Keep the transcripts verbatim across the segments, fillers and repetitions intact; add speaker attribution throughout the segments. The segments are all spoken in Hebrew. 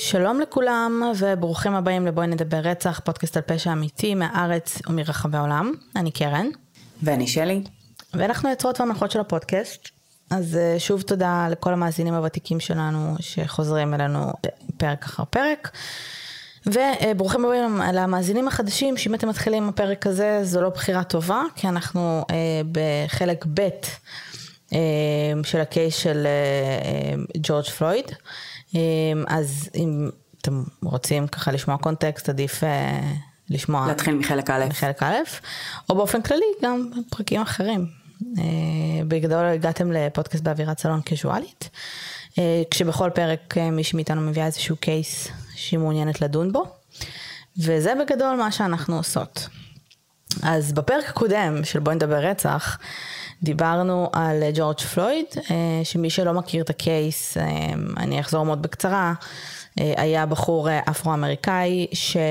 Speaker 1: שלום לכולם וברוכים הבאים לבואי נדבר רצח, פודקאסט על פשע אמיתי מהארץ ומרחבי העולם. אני קרן.
Speaker 2: ואני שלי.
Speaker 1: ואנחנו יוצרות והמנחות של הפודקאסט. אז שוב תודה לכל המאזינים הוותיקים שלנו שחוזרים אלינו פרק אחר פרק. וברוכים הבאים למאזינים החדשים, שאם אתם מתחילים עם הפרק הזה, זו לא בחירה טובה, כי אנחנו בחלק ב' של הקייס של ג'ורג' פלויד. אז אם אתם רוצים ככה לשמוע קונטקסט, עדיף לשמוע...
Speaker 2: להתחיל מחלק א'.
Speaker 1: מחלק א', או באופן כללי גם פרקים אחרים. בגדול הגעתם לפודקאסט באווירת סלון קזואלית, כשבכל פרק מישהי מאיתנו מביאה איזשהו קייס שהיא מעוניינת לדון בו, וזה בגדול מה שאנחנו עושות. אז בפרק הקודם של בואי נדבר רצח, דיברנו על ג'ורג' פלויד, שמי שלא מכיר את הקייס, אני אחזור מאוד בקצרה, היה בחור אפרו-אמריקאי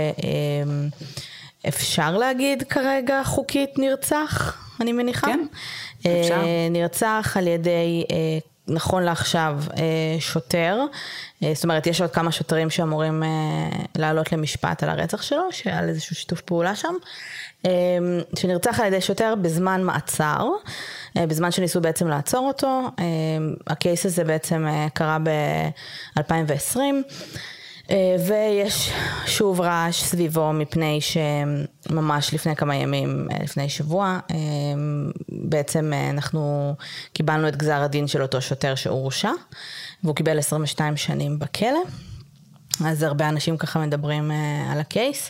Speaker 1: שאפשר להגיד כרגע חוקית נרצח, אני מניחה.
Speaker 2: כן, אפשר.
Speaker 1: נרצח על ידי, נכון לעכשיו, שוטר, זאת אומרת יש עוד כמה שוטרים שאמורים לעלות למשפט על הרצח שלו, שהיה איזשהו שיתוף פעולה שם, שנרצח על ידי שוטר בזמן מעצר, בזמן שניסו בעצם לעצור אותו. הקייס הזה בעצם קרה ב-אלפיים ועשרים, ויש שוב רעש סביבו מפני שממש לפני כמה ימים, לפני שבוע, בעצם אנחנו קיבלנו את גזר הדין של אותו שוטר שהורשע, והוא קיבל עשרים ושתיים שנים בכלא. אז הרבה אנשים ככה מדברים uh, על הקייס,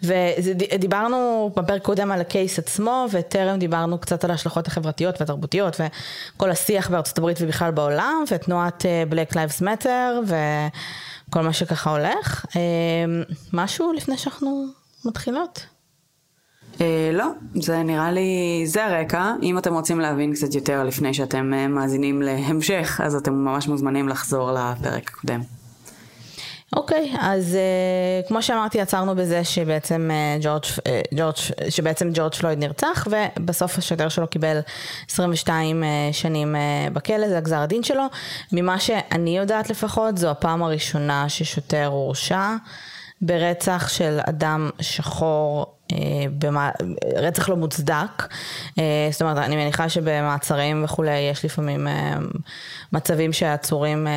Speaker 1: ודיברנו בפרק קודם על הקייס עצמו, וטרם דיברנו קצת על ההשלכות החברתיות והתרבותיות, וכל השיח בארצות הברית ובכלל בעולם, ותנועת uh, Black Lives Matter, וכל מה שככה הולך. Uh, משהו לפני שאנחנו מתחילות?
Speaker 2: Uh, לא, זה נראה לי, זה הרקע. אם אתם רוצים להבין קצת יותר לפני שאתם uh, מאזינים להמשך, אז אתם ממש מוזמנים לחזור לפרק הקודם.
Speaker 1: אוקיי, okay, אז uh, כמו שאמרתי, עצרנו בזה שבעצם uh, ג'ורג', uh, ג'ורג', שבעצם ג'ורג' פלויד נרצח, ובסוף השוטר שלו קיבל עשרים ושתיים uh, שנים uh, בכלא, זה הגזר הדין שלו. ממה שאני יודעת לפחות, זו הפעם הראשונה ששוטר הורשע ברצח של אדם שחור, במה, רצח לא מוצדק. זאת אומרת, אני מניחה שבמעצרים וכולי יש לפעמים מצבים שהעצורים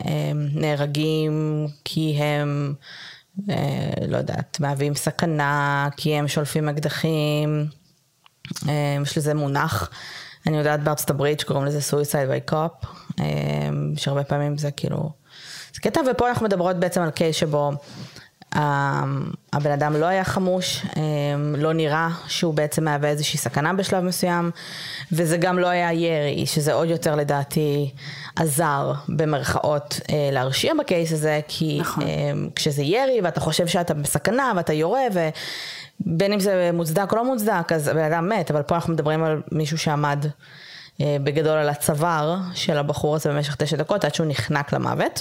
Speaker 1: נהרגים כי הם, לא יודעת, מהווים סכנה, כי הם שולפים אקדחים. יש לזה מונח, אני יודעת בארצות הברית שקוראים לזה suicide by cop, שהרבה פעמים זה כאילו, זה קטע. ופה אנחנו מדברות בעצם על קייס שבו הבן אדם לא היה חמוש, לא נראה שהוא בעצם מהווה איזושהי סכנה בשלב מסוים, וזה גם לא היה ירי, שזה עוד יותר לדעתי עזר במרכאות להרשיע בקייס הזה, כי נכון. כשזה ירי ואתה חושב שאתה בסכנה ואתה יורה, ובין אם זה מוצדק או לא מוצדק, אז הבן אדם מת, אבל פה אנחנו מדברים על מישהו שעמד בגדול על הצוואר של הבחור הזה במשך תשע דקות, עד שהוא נחנק למוות.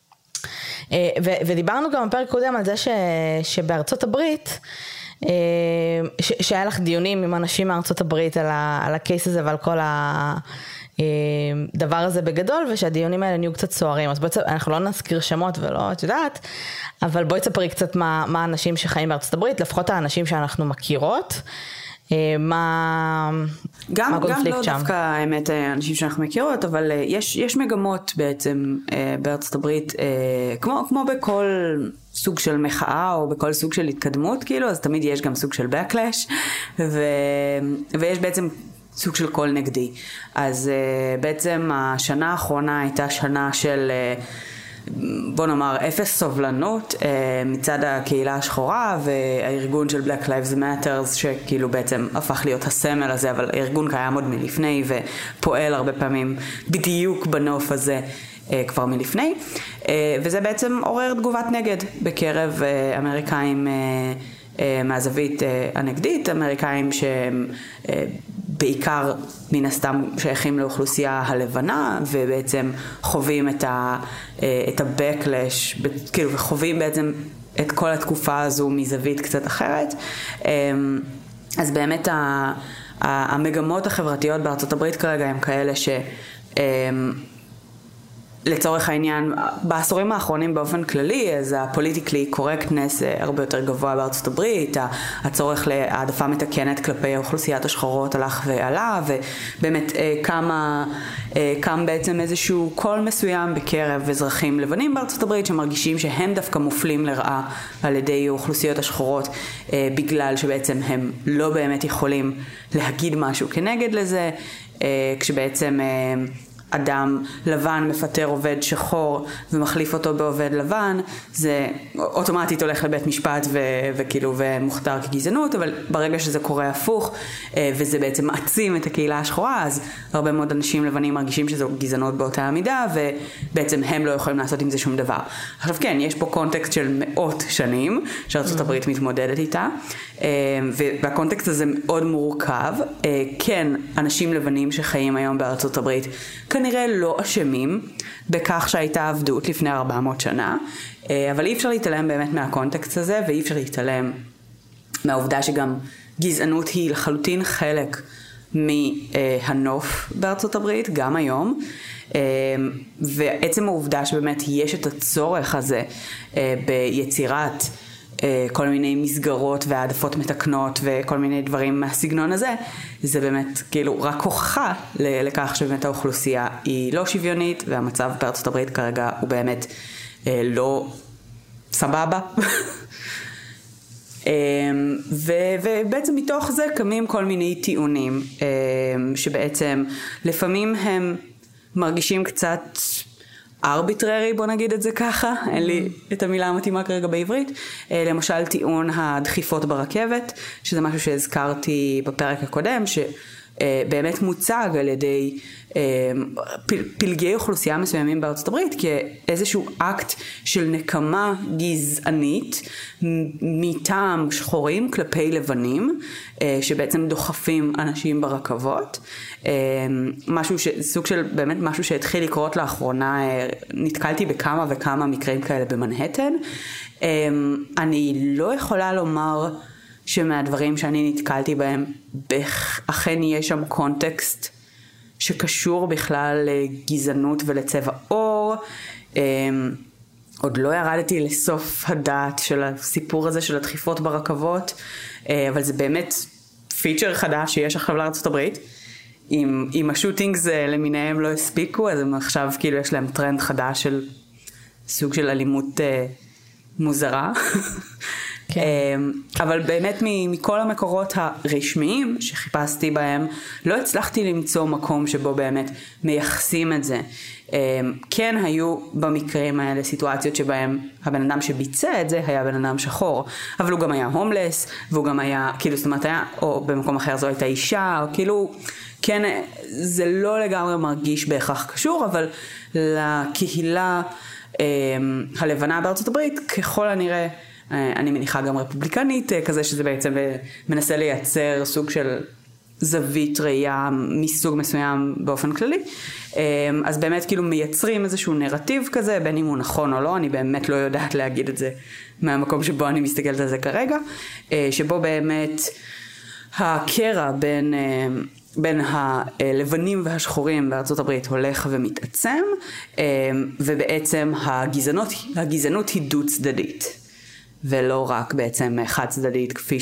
Speaker 1: ודיברנו גם בפרק קודם על זה ש, שבארצות הברית, ש, שהיה לך דיונים עם אנשים מארצות הברית על, ה, על הקייס הזה ועל כל הדבר הזה בגדול, ושהדיונים האלה נהיו קצת סוערים. אז בואי, אנחנו לא נזכיר שמות ולא, את יודעת, אבל בואי תספרי קצת מה, מה האנשים שחיים בארצות הברית, לפחות האנשים שאנחנו מכירות, מה
Speaker 2: גם,
Speaker 1: מה
Speaker 2: גם לא
Speaker 1: שם.
Speaker 2: דווקא האמת אנשים שאנחנו מכירות, אבל יש, יש מגמות בעצם בארצות הברית, כמו, כמו בכל סוג של מחאה או בכל סוג של התקדמות, כאילו, אז תמיד יש גם סוג של backlash, ו, ויש בעצם סוג של קול נגדי. אז בעצם השנה האחרונה הייתה שנה של, בוא נאמר, אפס סובלנות מצד הקהילה השחורה, והארגון של Black Lives Matter שכאילו בעצם הפך להיות הסמל הזה, אבל הארגון קיים עוד מלפני ופועל הרבה פעמים בדיוק בנוף הזה כבר מלפני, וזה בעצם עורר תגובת נגד בקרב אמריקאים מהזווית הנגדית, אמריקאים שהם בעיקר מן הסתם שייכים לאוכלוסייה הלבנה, ובעצם חווים את ה את ה-backlash, כאילו, וחווים בעצם את כל התקופה הזו מזווית קצת אחרת. אז באמת המגמות החברתיות בארצות הברית כרגע הם כאלה ש לצורך העניין, בעשורים האחרונים באופן כללי, אז הפוליטיקלי קורקטנס הרבה יותר גבוה בארצות הברית, הצורך להעדפה מתקנת כלפי האוכלוסיית השחורות הלך ועלה, ובאמת כמה, קם בעצם איזשהו קול מסוים בקרב אזרחים לבנים בארצות הברית, שמרגישים שהם דווקא מופלים לרעה על ידי האוכלוסיות השחורות, בגלל שבעצם הם לא באמת יכולים להגיד משהו כנגד לזה, כשבעצם אדם לבן מפטר עובד שחור ומחליף אותו בעובד לבן, זה אוטומטית הולך לבית משפט ו- וכאילו ומוכתר כגזענות, אבל ברגע שזה קורה הפוך וזה בעצם מעצים את הקהילה השחורה, אז הרבה מאוד אנשים לבנים מרגישים שזו גזענות באותה המידה, ובעצם הם לא יכולים לעשות עם זה שום דבר. עכשיו כן, יש פה קונטקסט של מאות שנים שארצות הברית מתמודדת איתה, והקונטקסט הזה מאוד מורכב. כן, אנשים לבנים שחיים היום בארצות הברית כנראה לא אשמים בכך שהייתה עבדות לפני ארבע מאות שנה, אבל אי אפשר להתעלם באמת מהקונטקסט הזה, ואי אפשר להתעלם מהעובדה שגם גזענות היא לחלוטין חלק מהנוף בארצות הברית, גם היום, ועצם העובדה שבאמת יש את הצורך הזה ביצירת כל מיני מסגרות והעדפות מתקנות וכל מיני דברים מהסגנון הזה, זה באמת כאילו רק הוכחה לכך שבאמת האוכלוסייה היא לא שוויונית, והמצב בארצות הברית כרגע הוא באמת לא סבבה. ובעצם מתוך זה קמים כל מיני טיעונים שבעצם לפעמים הם מרגישים קצת ארביטררי, בוא נגיד את זה ככה, אין לי את המילה המתאימה כרגע בעברית, למשל טיעון הדחיפות ברכבת, שזה משהו שהזכרתי בפרק הקודם, שבאמת מוצג על ידי פלגי אוכלוסייה מסוימים בארצות הברית, כאיזשהו אקט של נקמה גזענית מטעם שחורים כלפי לבנים, שבעצם דוחפים אנשים ברכבות, משהו ש... סוג של באמת משהו שהתחיל לקרות לאחרונה, נתקלתי בכמה וכמה מקרים כאלה במנהטן. אני לא יכולה לומר שמהדברים שאני נתקלתי בהם, אכן יש שם קונטקסט שקשור בכלל לגזענות ולצבע עור. עוד לא ירדתי לסוף הדעת של הסיפור הזה של הדחיפות ברכבות, אבל זה באמת פיצ'ר חדש שיש עכשיו לארצות הברית. אם, אם השוטינגס למיניהם לא הספיקו, אז הם עכשיו כאילו יש להם טרנד חדש של סוג של אלימות אה, מוזרה. כן. אבל באמת מכל המקורות הרשמיים שחיפשתי בהם, לא הצלחתי למצוא מקום שבו באמת מייחסים את זה. כן היו במקרים האלה סיטואציות שבהם הבן אדם שביצע את זה היה בן אדם שחור, אבל הוא גם היה הומלס, והוא גם היה, כאילו, זאת אומרת היה, או במקום אחר זו הייתה אישה, או כאילו, כן, זה לא לגמרי מרגיש בהכרח קשור, אבל לקהילה הלבנה בארצות הברית, ככל הנראה, אני מניחה גם רפובליקנית כזה, שזה בעצם מנסה לייצר סוג של זווית ראייה מסוג מסוים באופן כללי. אז באמת כאילו מייצרים איזשהו נרטיב כזה, בין אם הוא נכון או לא, אני באמת לא יודעת להגיד את זה מהמקום שבו אני מסתכלת על זה כרגע, שבו באמת הקרע בין, בין הלבנים והשחורים בארצות הברית הולך ומתעצם, ובעצם הגזענות, הגזענות היא דו צדדית. ולא רק בעצם חד צדדית, כפי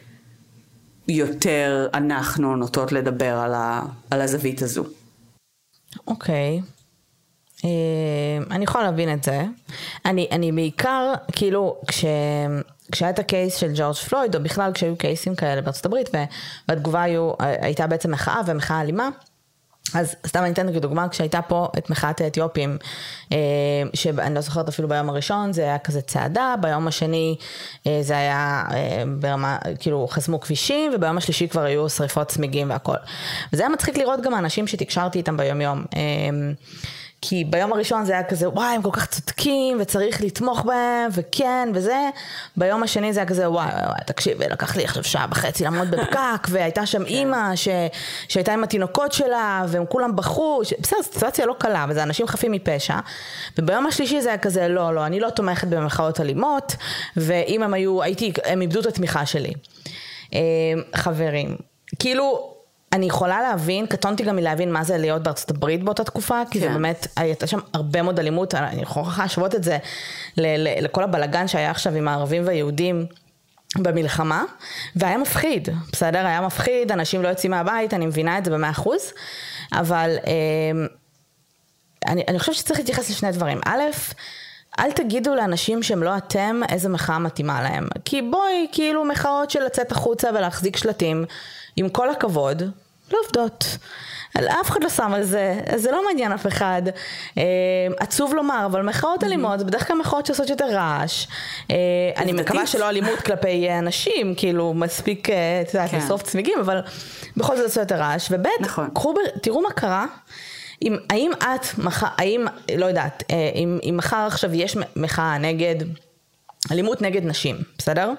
Speaker 2: שיותר אנחנו נוטות לדבר על, ה, על הזווית הזו.
Speaker 1: אוקיי. Okay. אני יכולה להבין את זה. אני, אני בעיקר, כאילו, כש, כשהיה את הקייס של ג'ורג' פלויד, או בכלל כשהיו קייסים כאלה בארצות הברית, והתגובה היו, הייתה בעצם מחאה ומחאה אלימה, אז סתם אני אתן כדוגמה, כשהייתה פה את מחאת האתיופים, שאני לא זוכרת אפילו ביום הראשון, זה היה כזה צעדה, ביום השני זה היה ברמה, כאילו חסמו כבישים, וביום השלישי כבר היו שריפות צמיגים והכל. וזה היה מצחיק לראות גם האנשים שתקשרתי איתם ביום יום, כי ביום הראשון זה היה כזה, וואי, הם כל כך צודקים, וצריך לתמוך בהם, וכן, וזה. ביום השני זה היה כזה, וואי, וואי, תקשיב, לקח לי עכשיו שעה וחצי לעמוד בפקק, והייתה שם אימא ש... שהייתה עם התינוקות שלה, והם כולם בחרו, ש... בסדר, סיטואציה לא קלה, וזה אנשים חפים מפשע. וביום השלישי זה היה כזה, לא, לא, אני לא תומכת במחאות אלימות, ואם הם היו, הייתי, הם איבדו את התמיכה שלי. חברים, כאילו, אני יכולה להבין, קטונתי גם מלהבין מה זה להיות בארצות הברית באותה תקופה, כי כן. זה באמת, הייתה שם הרבה מאוד אלימות, אני יכולה להשוות את זה ל- ל- לכל הבלגן שהיה עכשיו עם הערבים והיהודים במלחמה, והיה מפחיד, בסדר? היה מפחיד, אנשים לא יוצאים מהבית, אני מבינה את זה במאה אחוז, אבל אה, אני, אני חושבת שצריך להתייחס לשני דברים. א', אל תגידו לאנשים שהם לא אתם איזה מחאה מתאימה להם. כי בואי, כאילו מחאות של לצאת החוצה ולהחזיק שלטים, עם כל הכבוד, לא עובדות. אף אחד לא שם על זה, זה לא מעניין אף אחד. עצוב לומר, אבל מחאות אלימות, זה בדרך כלל מחאות שעושות יותר רעש. אני מקווה שלא אלימות כלפי אנשים, כאילו מספיק לשרוף צמיגים, אבל בכל זאת עושה יותר רעש. ובית, תראו מה קרה, אם, האם את, האם, לא יודעת, אם, אם מחר עכשיו יש מחאה נגד, אלימות נגד נשים, בסדר?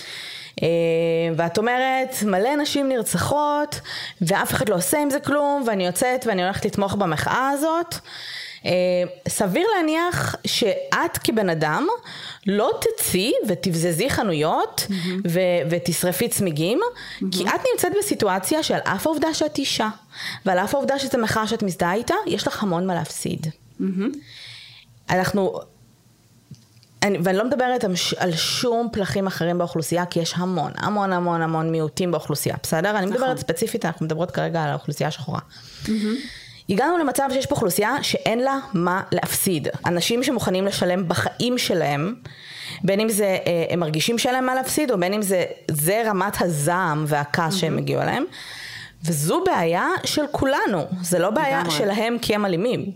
Speaker 1: ואת אומרת, מלא נשים נרצחות, ואף אחד לא עושה עם זה כלום, ואני יוצאת ואני הולכת לתמוך במחאה הזאת. סביר להניח שאת כבן אדם לא תציא ותבזזי חנויות mm-hmm. ו- ותשרפי צמיגים, mm-hmm. כי את נמצאת בסיטואציה שעל אף העובדה שאת אישה, ועל אף העובדה שאת המחאה שאת מזדהה איתה, יש לך המון מה להפסיד. Mm-hmm. אנחנו, אני, ואני לא מדברת על שום פלחים אחרים באוכלוסייה, כי יש המון, המון, המון, המון מיעוטים באוכלוסייה, בסדר? אני מדברת ספציפית, אנחנו מדברות כרגע על האוכלוסייה השחורה. Mm-hmm. הגענו למצב שיש פה אוכלוסייה שאין לה מה להפסיד. אנשים שמוכנים לשלם בחיים שלהם, בין אם זה, הם מרגישים שאין להם מה להפסיד, או בין אם זה, זה רמת הזעם והכעס שהם הגיעו אליהם. וזו בעיה של כולנו. זה לא בעיה שלהם כי הם אלימים.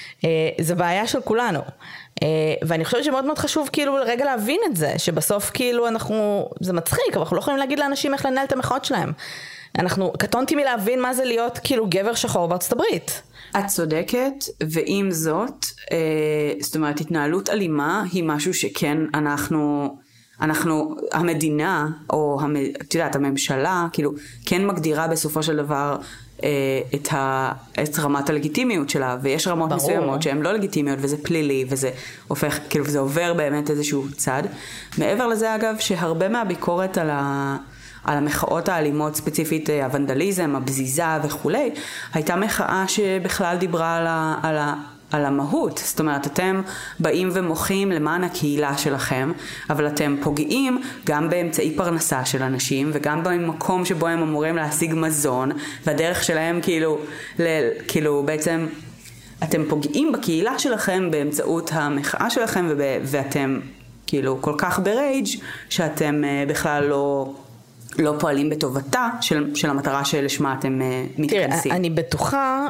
Speaker 1: זה בעיה של כולנו. ואני חושבת שמאוד מאוד חשוב כאילו רגע להבין את זה, שבסוף כאילו אנחנו, זה מצחיק, אבל אנחנו לא יכולים להגיד לאנשים איך לנהל את המחאות שלהם. אנחנו, קטונתי מלהבין מה זה להיות כאילו גבר שחור בארצות הברית.
Speaker 2: את צודקת, ועם זאת, אה, זאת אומרת, התנהלות אלימה היא משהו שכן אנחנו, אנחנו, המדינה, או את יודעת, הממשלה, כאילו, כן מגדירה בסופו של דבר אה, את, ה, את רמת הלגיטימיות שלה, ויש רמות ברור. מסוימות שהן לא לגיטימיות, וזה פלילי, וזה הופך, כאילו, וזה עובר באמת איזשהו צד. מעבר לזה, אגב, שהרבה מהביקורת על ה... על המחאות האלימות, ספציפית הוונדליזם, הבזיזה וכולי, הייתה מחאה שבכלל דיברה על, ה, על, ה, על המהות. זאת אומרת, אתם באים ומוחים למען הקהילה שלכם, אבל אתם פוגעים גם באמצעי פרנסה של אנשים, וגם במקום שבו הם אמורים להשיג מזון, והדרך שלהם כאילו, ל, כאילו בעצם, אתם פוגעים בקהילה שלכם באמצעות המחאה שלכם, וב, ואתם כאילו כל כך ברייג' שאתם בכלל לא... לא פועלים בטובתה של, של המטרה שלשמה אתם uh, מתכנסים.
Speaker 1: תראה, אני בטוחה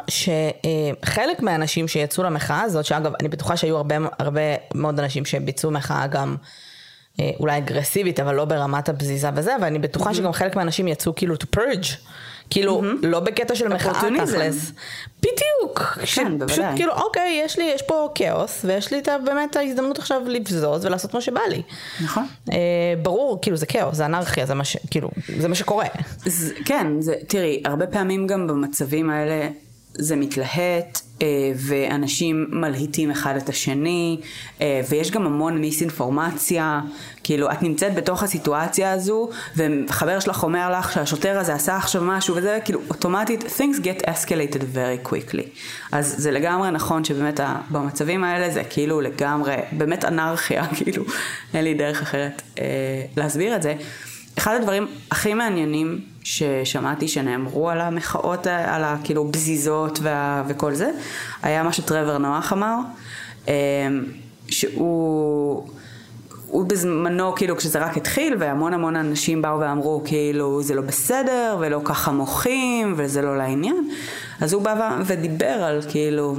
Speaker 1: שחלק מהאנשים שיצאו למחאה הזאת, שאגב, אני בטוחה שהיו הרבה, הרבה מאוד אנשים שביצעו מחאה גם uh, אולי אגרסיבית, אבל לא ברמת הבזיזה וזה, ואני בטוחה mm-hmm. שגם חלק מהאנשים יצאו כאילו to purge, כאילו mm-hmm. לא בקטע של מחאה תכלס. בדיוק.
Speaker 2: כן, בוודאי.
Speaker 1: פשוט כאילו, אוקיי, יש לי, יש פה כאוס, ויש לי את, באמת ההזדמנות עכשיו לבזוז ולעשות מה שבא לי.
Speaker 2: נכון.
Speaker 1: אה, ברור, כאילו זה כאוס, זה אנרכיה, זה מה ש, כאילו, זה מה שקורה.
Speaker 2: זה, כן, זה, תראי, הרבה פעמים גם במצבים האלה זה מתלהט, ואנשים מלהיטים אחד את השני, ויש גם המון מיסאינפורמציה, כאילו את נמצאת בתוך הסיטואציה הזו, וחבר שלך אומר לך שהשוטר הזה עשה עכשיו משהו, וזה כאילו אוטומטית, things get escalated very quickly. אז זה לגמרי נכון שבאמת במצבים האלה זה כאילו לגמרי, באמת אנרכיה, כאילו אין לי דרך אחרת אה, להסביר את זה. אחד הדברים הכי מעניינים ששמעתי שנאמרו על המחאות, על הכאילו בזיזות וה, וכל זה, היה מה שטרוור נוח אמר, שהוא הוא בזמנו כאילו כשזה רק התחיל, והמון המון אנשים באו ואמרו כאילו זה לא בסדר ולא ככה מוחים וזה לא לעניין, אז הוא בא ודיבר על כאילו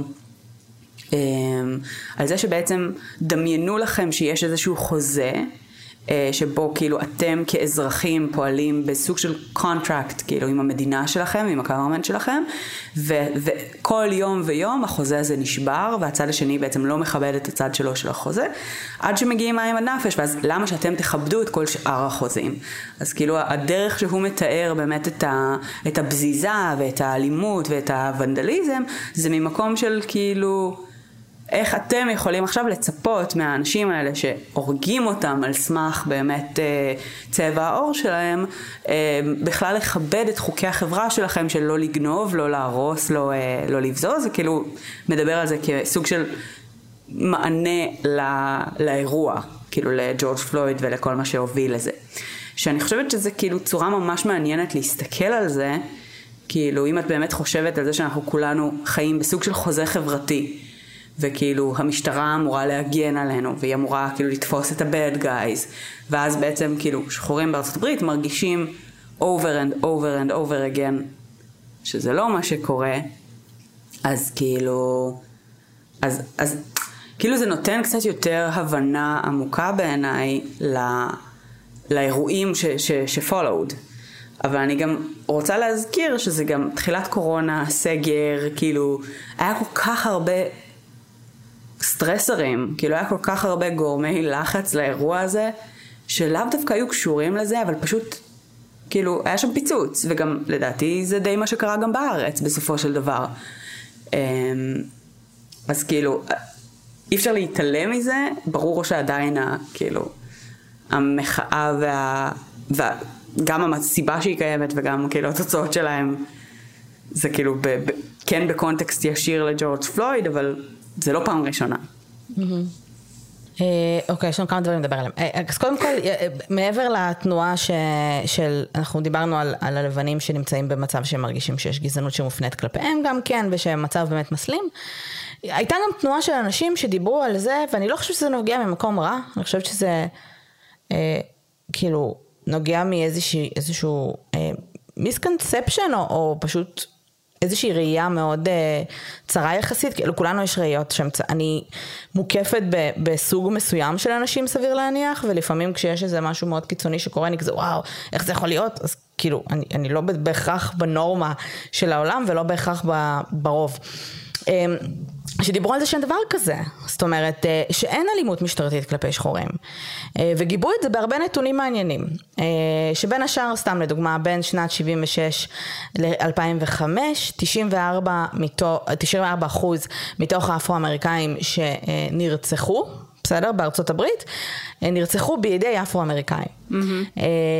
Speaker 2: על זה שבעצם דמיינו לכם שיש איזשהו חוזה שבו כאילו אתם כאזרחים פועלים בסוג של קונטרקט כאילו עם המדינה שלכם, עם הקוורמנט שלכם, ו- וכל יום ויום החוזה הזה נשבר, והצד השני בעצם לא מכבד את הצד שלו של החוזה, עד שמגיעים מים עד נפש, ואז למה שאתם תכבדו את כל שאר החוזים? אז כאילו הדרך שהוא מתאר באמת את, ה- את הבזיזה ואת האלימות ואת הוונדליזם, זה ממקום של כאילו... איך אתם יכולים עכשיו לצפות מהאנשים האלה שהורגים אותם על סמך באמת אה, צבע העור שלהם, אה, בכלל לכבד את חוקי החברה שלכם של לא לגנוב, לא להרוס, לא, אה, לא לבזוז, זה כאילו מדבר על זה כסוג של מענה לא, לאירוע, כאילו לג'ורג' פלויד ולכל מה שהוביל לזה. שאני חושבת שזה כאילו צורה ממש מעניינת להסתכל על זה, כאילו אם את באמת חושבת על זה שאנחנו כולנו חיים בסוג של חוזה חברתי, וכאילו המשטרה אמורה להגן עלינו, והיא אמורה כאילו לתפוס את ה-bad guys, ואז בעצם כאילו שחורים בארצות הברית מרגישים over and over and over again, שזה לא מה שקורה, אז כאילו, אז, אז כאילו זה נותן קצת יותר הבנה עמוקה בעיניי ל, לאירועים ש, ש, ש-followed. אבל אני גם רוצה להזכיר שזה גם תחילת קורונה, סגר, כאילו היה כל כך הרבה סטרסרים, כאילו היה כל כך הרבה גורמי לחץ לאירוע הזה, שלאו דווקא היו קשורים לזה, אבל פשוט כאילו היה שם פיצוץ, וגם לדעתי זה די מה שקרה גם בארץ בסופו של דבר. אז כאילו אי אפשר להתעלם מזה, ברור שעדיין כאילו המחאה וה... וה... גם הסיבה שהיא קיימת וגם כאילו התוצאות שלהם זה כאילו ב, ב, כן בקונטקסט ישיר לג'ורג' פלויד, אבל זה לא פעם ראשונה.
Speaker 1: אוקיי, יש לנו כמה דברים לדבר עליהם. אז קודם כל, מעבר לתנועה של, אנחנו דיברנו על, על הלבנים שנמצאים במצב שהם מרגישים שיש גזענות שמופנית כלפיהם גם כן, ושמצב באמת מסלים. הייתה גם תנועה של אנשים שדיברו על זה, ואני לא חושבת שזה נוגע ממקום רע, אני חושבת שזה אה, כאילו נוגע מאיזושהי, איזשהו אה, מיסקונספשן, או, או פשוט איזושהי ראייה מאוד אה, צרה יחסית, כאילו כולנו יש ראיות שמצ... אני מוקפת ב, בסוג מסוים של אנשים סביר להניח, ולפעמים כשיש איזה משהו מאוד קיצוני שקורה, אני כזה וואו, איך זה יכול להיות? אז כאילו, אני, אני לא בהכרח בנורמה של העולם, ולא בהכרח ב, ברוב. אה, שדיברו על זה שאין דבר כזה, זאת אומרת שאין אלימות משטרתית כלפי שחורים, וגיבו את זה בהרבה נתונים מעניינים, שבין השאר, סתם לדוגמה, בין שנת שבעים ושש ל-אלפיים וחמש, תשעים וארבע אחוז מתוך האפרו-אמריקאים שנרצחו, בסדר, בארצות הברית, נרצחו בידי אפרו-אמריקאים. Mm-hmm.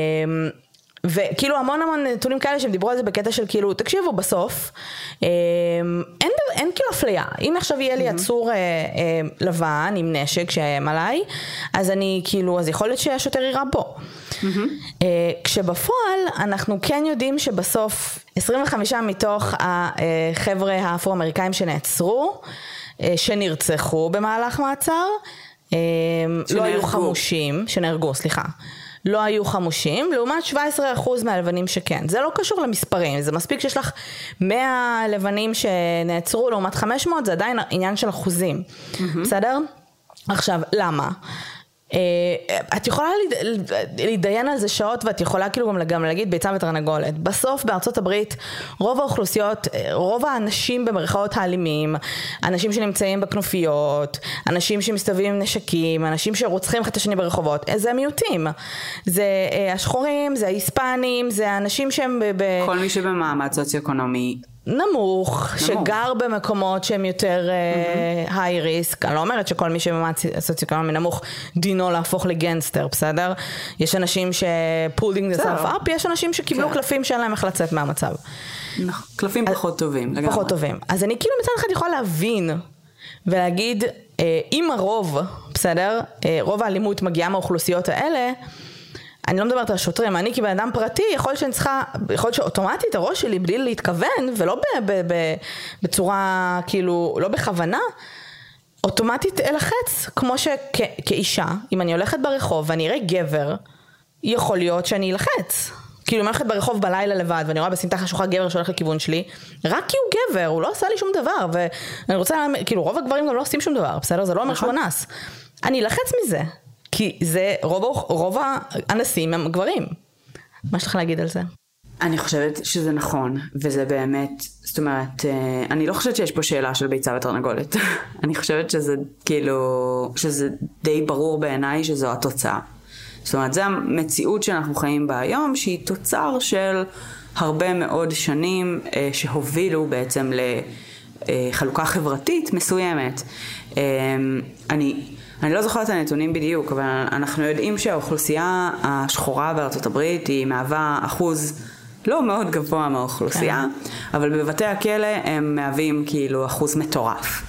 Speaker 1: וכאילו המון המון נתונים כאלה שהם דיברו על זה בקטע של כאילו, תקשיבו בסוף, אין, אין כאילו אפליה. אם עכשיו יהיה לי עצור אה, אה, לבן עם נשק שהם עליי, אז אני כאילו, אז יכול להיות שהשוטר יראה בו. אה, כשבפועל אנחנו כן יודעים שבסוף עשרים וחמישה מתוך החבר'ה האפרו-אמריקאים שנעצרו, אה, שנרצחו במהלך מעצר, אה, לא היו חמושים, שנהרגו, סליחה. לא היו חמושים, לעומת שבע עשרה אחוז מהלבנים שכן. זה לא קשור למספרים, זה מספיק שיש לך מאה לבנים שנעצרו לעומת חמש מאות, זה עדיין עניין של אחוזים. Mm-hmm. בסדר? עכשיו, למה? את יכולה להידיין על זה שעות, ואת יכולה כאילו גם להגיד ביצה ותרנגולת. בסוף בארצות הברית רוב האוכלוסיות, רוב האנשים במרכאות האלימים, אנשים שנמצאים בכנופיות, אנשים שמסתובבים עם נשקים, אנשים שרוצחים אחד את השני ברחובות, זה מיעוטים. זה השחורים, זה ההיספנים, זה האנשים שהם ב...
Speaker 2: כל מי שבמעמד סוציו-אקונומי
Speaker 1: נמוך, שגר במקומות שהם יותר היי ריסק. אני לא אומרת שכל מי שבמעמד סוציו-אקונומי נמוך דינו להפוך לגנסטר, בסדר? יש אנשים שפולדינג זה סלף אפ, יש אנשים שקיבלו קלפים שאין להם איך לצאת מהמצב.
Speaker 2: קלפים פחות טובים.
Speaker 1: פחות טובים. אז אני כאילו מצד אחד יכולה להבין ולהגיד, אם הרוב, בסדר? רוב האלימות מגיעה מהאוכלוסיות האלה, אני לא מדברת על שוטרים, אני כבן אדם פרטי, יכול להיות שאני צריכה, יכול להיות שאוטומטית הראש שלי בלי להתכוון, ולא ב- ב- ב- בצורה, כאילו, לא בכוונה, אוטומטית אלחץ, כמו שכאישה, אם אני הולכת ברחוב ואני אראה גבר, יכול להיות שאני אלחץ. כאילו, אם אני הולכת ברחוב בלילה לבד, ואני רואה בסמטה חשוכה גבר שהולך לכיוון שלי, רק כי הוא גבר, הוא לא עשה לי שום דבר, ואני רוצה, כאילו, רוב הגברים גם לא עושים שום דבר, בסדר? זה לא אומר שהוא אנס. אני אלחץ מזה. כי זה רוב, רוב האנסים הם גברים. מה יש לך להגיד על זה?
Speaker 2: אני חושבת שזה נכון, וזה באמת, זאת אומרת, אני לא חושבת שיש פה שאלה של ביצה ותרנגולת. אני חושבת שזה כאילו, שזה די ברור בעיניי שזו התוצאה. זאת אומרת, זה המציאות שאנחנו חיים בה היום, שהיא תוצר של הרבה מאוד שנים שהובילו בעצם ל... חלוקה חברתית מסוימת. אני, אני לא זוכרת את הנתונים בדיוק, אבל אנחנו יודעים שהאוכלוסייה השחורה בארצות הברית היא מהווה אחוז לא מאוד גבוה מהאוכלוסייה, אבל בבתי הכלא הם מהווים כאילו אחוז מטורף.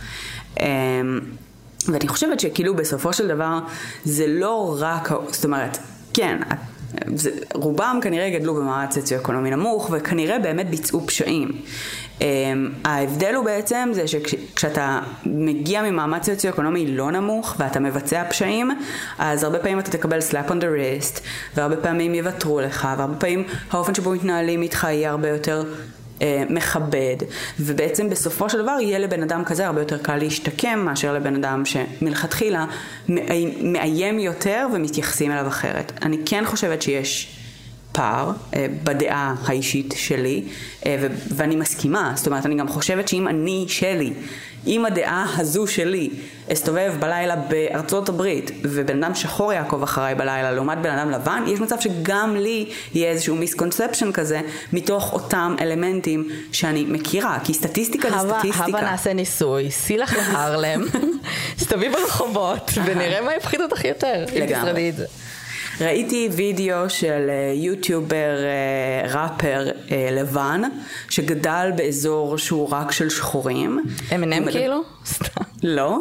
Speaker 2: ואני חושבת שכאילו בסופו של דבר זה לא רק, זאת אומרת, כן, זה, רובם כנראה גדלו במעמד סוציו-אקונומי נמוך, וכנראה באמת ביצעו פשעים. Um, ההבדל הוא בעצם זה שכשאתה מגיע ממעמד סוציו-אקונומי לא נמוך, ואתה מבצע פשעים, אז הרבה פעמים אתה תקבל slap on the wrist, והרבה פעמים יוותרו לך, והרבה פעמים האופן שבו מתנהלים איתך יהיה הרבה יותר uh, מכבד, ובעצם בסופו של דבר יהיה לבן אדם כזה הרבה יותר קל להשתקם, מאשר לבן אדם שמלכתחילה מאיים יותר ומתייחסים אליו אחרת. אני כן חושבת שיש פער אה, בדעה האישית שלי, אה, ו- ואני מסכימה, זאת אומרת, אני גם חושבת שאם אני שלי, אם הדעה הזו שלי אסתובב בלילה בארצות הברית, ובן אדם שחור יעקב אחריי בלילה, לעומת בן אדם לבן, יש מצב שגם לי יהיה איזשהו מיסקונספשן כזה, מתוך אותם אלמנטים שאני מכירה, כי סטטיסטיקה זה סטטיסטיקה.
Speaker 1: הבה נעשה ניסוי, סי לך להרלם, סתובבי ברחובות, ונראה מה יפחיד אותך יותר.
Speaker 2: לגמרי. ראיתי וידאו של יוטיובר ראפר לבן שגדל באזור שהוא רק של שחורים.
Speaker 1: אמינם כאילו? סתם.
Speaker 2: לא.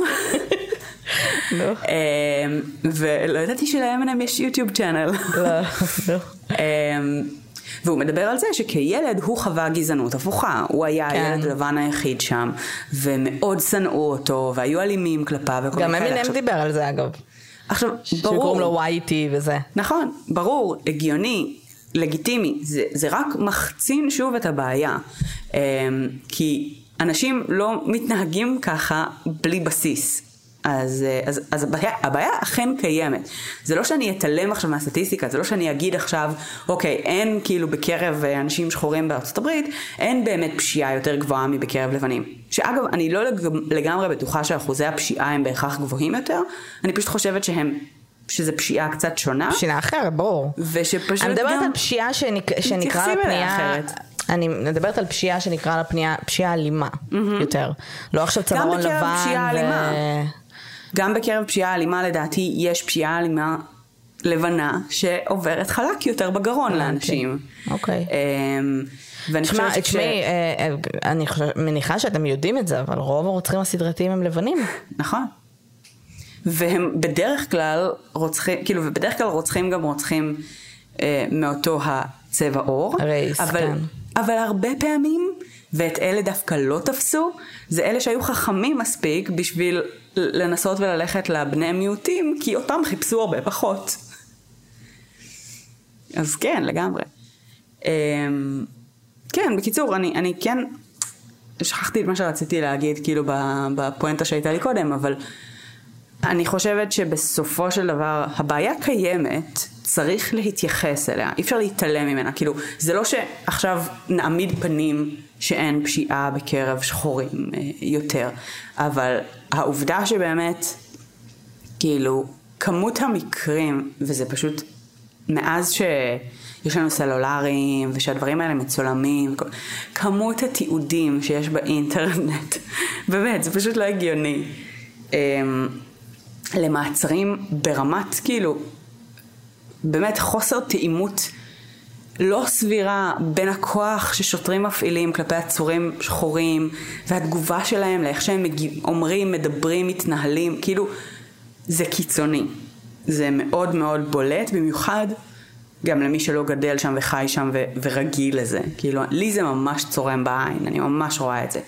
Speaker 2: ולא ידעתי שלאמינם יש יוטיוב צ'אנל.
Speaker 1: לא, לא.
Speaker 2: והוא מדבר על זה שכילד הוא חווה גזענות הפוכה. הוא היה הילד לבן היחיד שם, ומאוד שנאו אותו, והיו אלימים כלפיו.
Speaker 1: גם אמינם דיבר על זה אגב.
Speaker 2: עכשיו, ברור.
Speaker 1: שקוראים לו וייטי וזה.
Speaker 2: נכון, ברור, הגיוני, לגיטימי. זה, זה רק מחצין שוב את הבעיה. כי אנשים לא מתנהגים ככה בלי בסיס. אז, אז, אז הבעיה, הבעיה אכן קיימת. זה לא שאני אתעלם עכשיו מהסטטיסטיקה, זה לא שאני אגיד עכשיו, אוקיי, אין כאילו בקרב אנשים שחורים בארצות הברית, אין באמת פשיעה יותר גבוהה מבקרב לבנים. שאגב, אני לא לגמרי בטוחה שאחוזי הפשיעה הם בהכרח גבוהים יותר, אני פשוט חושבת שהם, שזה פשיעה קצת שונה.
Speaker 1: פשיעה אחרת, ברור.
Speaker 2: ושפשוט
Speaker 1: אני מדברת
Speaker 2: גם...
Speaker 1: על פשיעה שנק... שנקרא לה פנייה... אני מדברת על פשיעה שנקרא לה פנייה, פשיעה אלימה mm-hmm. יותר. לא עכשיו צווארון לבן.
Speaker 2: גם בקרב פשיעה
Speaker 1: ו...
Speaker 2: אלימה. גם בקרב פשיעה אלימה לדעתי יש פשיעה אלימה לבנה שעוברת חלק יותר בגרון לאנשים.
Speaker 1: אוקיי.
Speaker 2: ואני חושבת ש...
Speaker 1: תשמעי, אני מניחה שאתם יודעים את זה, אבל רוב הרוצחים הסדרתיים הם לבנים.
Speaker 2: נכון. והם בדרך כלל רוצחים, כאילו, ובדרך כלל רוצחים גם רוצחים מאותו הצבע אור.
Speaker 1: רייס, כן.
Speaker 2: אבל הרבה פעמים, ואת אלה דווקא לא תפסו, זה אלה שהיו חכמים מספיק בשביל לנסות וללכת לבני מיעוטים, כי אותם חיפשו הרבה פחות. אז כן, לגמרי. כן, בקיצור, אני, אני כן, שכחתי את מה שרציתי להגיד, כאילו בפואנטה שהייתה לי קודם, אבל אני חושבת שבסופו של דבר, הבעיה קיימת, צריך להתייחס אליה, אי אפשר להתעלם ממנה, כאילו, זה לא שעכשיו נעמיד פנים שאין פשיעה בקרב שחורים יותר, אבל העובדה שבאמת, כאילו, כמות המקרים, וזה פשוט, מאז שיש לנו סלולריים, ושהדברים האלה מצולמים, כמות התיעודים שיש באינטרנט, באמת, זה פשוט לא הגיוני. למעצרים ברמת, כאילו, באמת חוסר תאימות לא סבירה בין הכוח ששוטרים מפעילים כלפי עצורים שחורים, והתגובה שלהם לאיך שהם אומרים, מדברים, מתנהלים, כאילו, זה קיצוני. זה מאוד מאוד בולט, במיוחד גם למי שלא גדל שם וחי שם ו- ורגיל לזה. כאילו, לי זה ממש צורם בעין, אני ממש רואה את זה.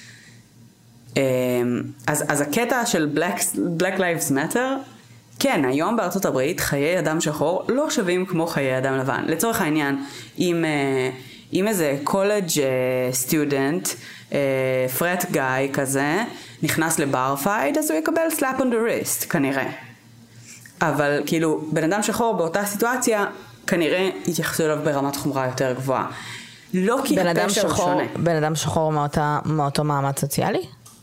Speaker 2: אז, אז הקטע של Black, Black Lives Matter, כן, היום בארצות הברית חיי אדם שחור לא שווים כמו חיי אדם לבן. לצורך העניין, אם, אם איזה קולג' סטודנט, פרט גאי כזה, נכנס לבר פייט, אז הוא יקבל slap on the wrist, כנראה. אבל כאילו, בן אדם שחור באותה סיטואציה, כנראה יתייחסו אליו ברמת חומרה יותר גבוהה. לא כי הפשע הוא שונה.
Speaker 1: בן אדם שחור מאותה, מאותו מעמד סוציאלי?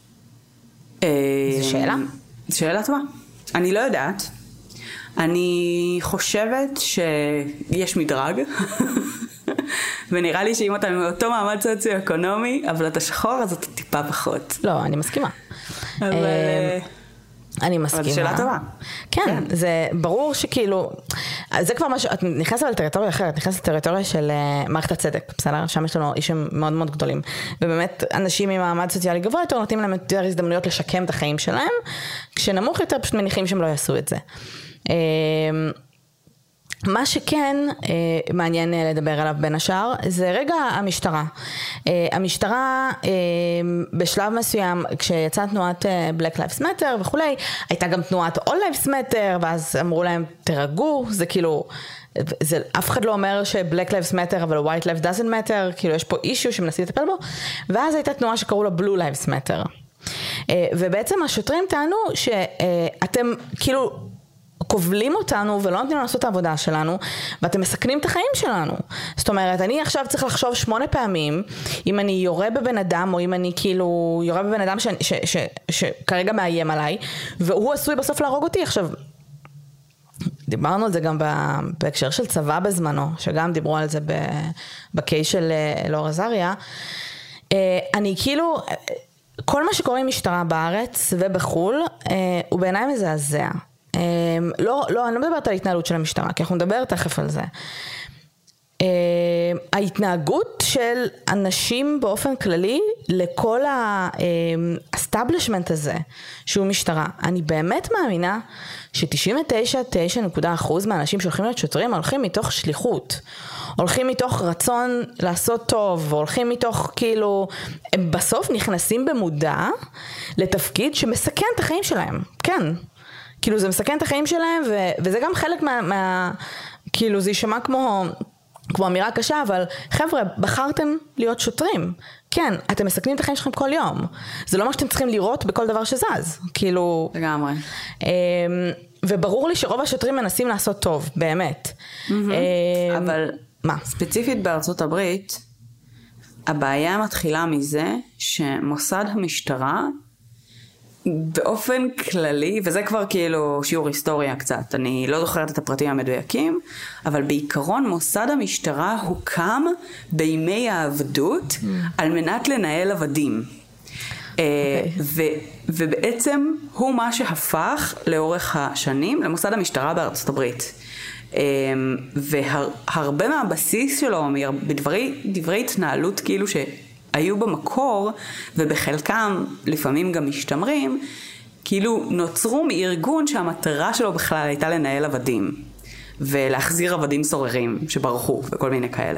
Speaker 1: זו שאלה?
Speaker 2: שאלה טובה. אני לא יודעת. אני חושבת שיש מדרג ונראה לי שאם אתה מאותו מעמד סוציו-אקונומי, אבל אתה שחור, אז אתה טיפה פחות.
Speaker 1: לא, אני מסכימה.
Speaker 2: אבל...
Speaker 1: אני מסכימה.
Speaker 2: אבל שאלה טובה.
Speaker 1: כן, כן, זה ברור שכאילו, זה כבר משהו, את נכנסת לטריטוריה אחרת, נכנסת לטריטוריה של uh, מערכת הצדק, בסדר? שם יש לנו אישים מאוד מאוד גדולים. ובאמת, אנשים עם מעמד סוציאלי גבוה יותר, נותנים להם יותר הזדמנויות לשקם את החיים שלהם, כשנמוך יותר פשוט מניחים שהם לא יעשו את זה. Uh, מה שכן אה, מעניין לדבר עליו בין השאר, זה רגע המשטרה. אה, המשטרה אה, בשלב מסוים, כשיצאה תנועת אה, Black Lives Matter וכולי, הייתה גם תנועת All Lives Matter, ואז אמרו להם תרגעו, זה כאילו, זה, אף אחד לא אומר ש-Black Lives Matter, אבל White Lives doesn't matter, כאילו יש פה אישיו שמנסים לטפל בו, ואז הייתה תנועה שקראו לה Blue Lives Matter. אה, ובעצם השוטרים טענו שאתם כאילו, קובלים אותנו ולא נותנים לנו לעשות את העבודה שלנו, ואתם מסכנים את החיים שלנו. זאת אומרת, אני עכשיו צריך לחשוב שמונה פעמים, אם אני יורה בבן אדם, או אם אני כאילו יורה בבן אדם ש, ש, ש, ש, שכרגע מאיים עליי, והוא עשוי בסוף להרוג אותי. עכשיו, דיברנו על זה גם בהקשר של צבא בזמנו, שגם דיברו על זה בקייס של אלאור עזריה. אני כאילו, כל מה שקורה עם משטרה בארץ ובחול, הוא בעיניי מזעזע. לא, לא, אני לא מדברת על ההתנהלות של המשטרה, כי אנחנו נדבר תכף על זה. ההתנהגות של אנשים באופן כללי לכל האסטאבלישמנט הזה שהוא משטרה. אני באמת מאמינה ש-תשעים ותשע נקודה תשע אחוז מהאנשים שהולכים להיות שוטרים הולכים מתוך שליחות. הולכים מתוך רצון לעשות טוב, הולכים מתוך כאילו, הם בסוף נכנסים במודע לתפקיד שמסכן את החיים שלהם. כן. כאילו זה מסכן את החיים שלהם, ו- וזה גם חלק מה, מה, כאילו זה יישמע כמו, כמו אמירה קשה, אבל חבר'ה, בחרתם להיות שוטרים. כן, אתם מסכנים את החיים שלכם כל יום. זה לא מה שאתם צריכים לראות בכל דבר שזז. כאילו...
Speaker 2: לגמרי.
Speaker 1: וברור לי שרוב השוטרים מנסים לעשות טוב, באמת.
Speaker 2: אבל
Speaker 1: מה?
Speaker 2: ספציפית בארצות הברית, הבעיה מתחילה מזה שמוסד המשטרה, באופן כללי, וזה כבר כאילו שיעור היסטוריה קצת, אני לא זוכרת את הפרטים המדויקים, אבל בעיקרון מוסד המשטרה הוקם בימי העבדות mm. על מנת לנהל עבדים. Okay. ו, ובעצם הוא מה שהפך לאורך השנים למוסד המשטרה בארצות הברית. והרבה מהבסיס שלו, בדברי דברי התנהלות כאילו ש... היו במקור, ובחלקם לפעמים גם משתמרים, כאילו נוצרו מארגון שהמטרה שלו בכלל הייתה לנהל עבדים, ולהחזיר עבדים סוררים שברחו וכל מיני כאלה.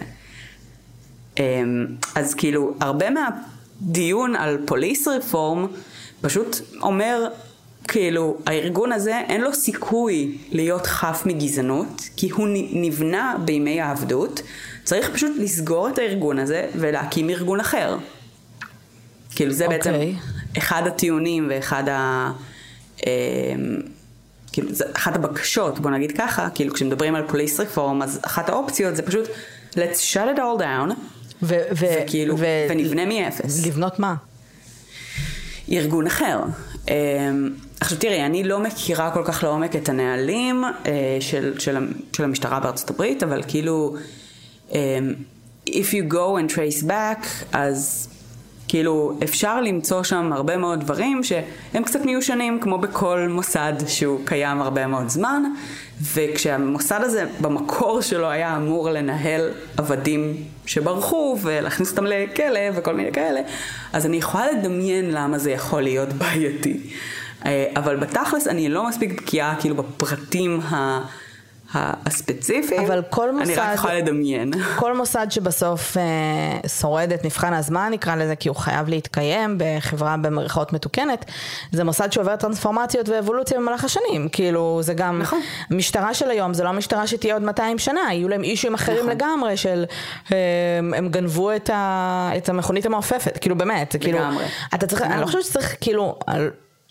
Speaker 2: אז כאילו, הרבה מהדיון על פוליס רפורם, פשוט אומר, כאילו, הארגון הזה אין לו סיכוי להיות חף מגזענות, כי הוא נבנה בימי העבדות, צריך פשוט לסגור את הארגון הזה ולהקים ארגון אחר. כאילו זה okay. בעצם אחד הטיעונים ואחד ה... אה, כאילו זה אחת הבקשות, בוא נגיד ככה, כאילו כשמדברים על פוליס רפורם, אז אחת האופציות זה פשוט let's shut it all down, ו- ו- וכאילו, ו- ונבנה מאפס.
Speaker 1: לבנות מה?
Speaker 2: ארגון אחר. אה, עכשיו תראי, אני לא מכירה כל כך לעומק את הנהלים אה, של, של, של המשטרה בארצות הברית, אבל כאילו... Um, if you go and trace back, אז כאילו אפשר למצוא שם הרבה מאוד דברים שהם קצת מיושנים, כמו בכל מוסד שהוא קיים הרבה מאוד זמן, וכשהמוסד הזה במקור שלו היה אמור לנהל עבדים שברחו ולהכניס אותם לכלא וכל מיני כאלה, אז אני יכולה לדמיין למה זה יכול להיות בעייתי. Uh, אבל בתכלס אני לא מספיק בקיאה כאילו בפרטים ה... הספציפיים,
Speaker 1: אבל כל מוסד,
Speaker 2: אני רק יכולה לדמיין.
Speaker 1: כל מוסד שבסוף אה, שורד את מבחן הזמן, נקרא לזה, כי הוא חייב להתקיים בחברה במרכאות מתוקנת, זה מוסד שעובר טרנספורמציות ואבולוציה במהלך השנים. כאילו, זה גם, נכון. משטרה של היום, זה לא משטרה שתהיה עוד מאתיים שנה, יהיו להם אישויים אחרים נכון. לגמרי, של הם, הם גנבו את, ה, את המכונית המעופפת. כאילו, באמת, כאילו, אתה צריך, אני לא חושבת שצריך, כאילו, על,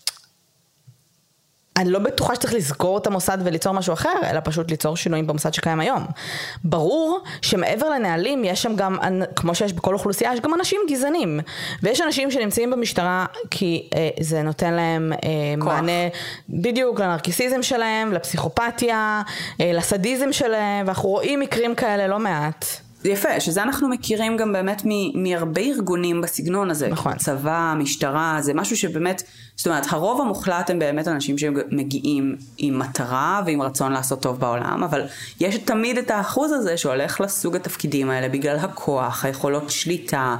Speaker 1: אני לא בטוחה שצריך לסגור את המוסד וליצור משהו אחר, אלא פשוט ליצור שינויים במוסד שקיים היום. ברור שמעבר לנהלים יש שם גם, כמו שיש בכל אוכלוסייה, יש גם אנשים גזענים. ויש אנשים שנמצאים במשטרה כי אה, זה נותן להם אה, מענה בדיוק לנרקיסיזם שלהם, לפסיכופתיה, אה, לסדיזם שלהם, ואנחנו רואים מקרים כאלה לא מעט.
Speaker 2: יפה, שזה אנחנו מכירים גם באמת מהרבה ארגונים בסגנון הזה.
Speaker 1: נכון.
Speaker 2: צבא, משטרה, זה משהו שבאמת, זאת אומרת, הרוב המוחלט הם באמת אנשים שמגיעים עם מטרה ועם רצון לעשות טוב בעולם, אבל יש תמיד את האחוז הזה שהולך לסוג התפקידים האלה בגלל הכוח, היכולות שליטה,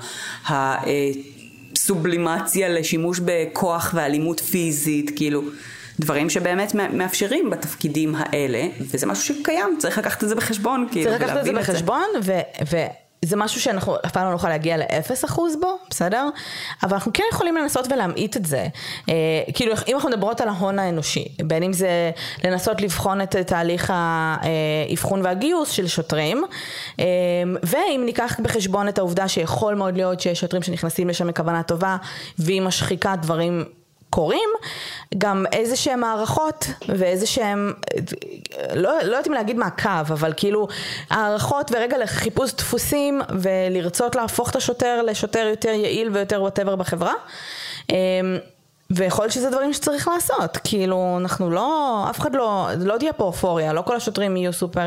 Speaker 2: הסובלימציה לשימוש בכוח ואלימות פיזית, כאילו, דברים שבאמת מאפשרים בתפקידים האלה, וזה משהו שקיים, צריך לקחת את זה בחשבון.
Speaker 1: צריך לקחת את זה בחשבון, וזה משהו שאנחנו אף פעם לא נוכל להגיע לאפס אחוז בו, בסדר? אבל אנחנו כן יכולים לנסות ולהמעיט את זה. כאילו, אם אנחנו מדברות על ההון האנושי, בין אם זה לנסות לבחון את תהליך האבחון והגיוס של שוטרים, ואם ניקח בחשבון את העובדה שיכול מאוד להיות שיש שוטרים שנכנסים לשם מכוונה טובה, ועם השחיקת דברים קוראים, גם איזה שהם מערכות ואיזה שהם, לא, לא יודעים להגיד מעקב, אבל כאילו הערכות ורגע לחיפוש דפוסים ולרצות להפוך את השוטר לשוטר יותר יעיל ויותר whatever בחברה. ויכול שזה דברים שצריך לעשות, כאילו אנחנו לא, אף אחד לא, לא תהיה פה אופוריה, לא כל השוטרים יהיו סופר,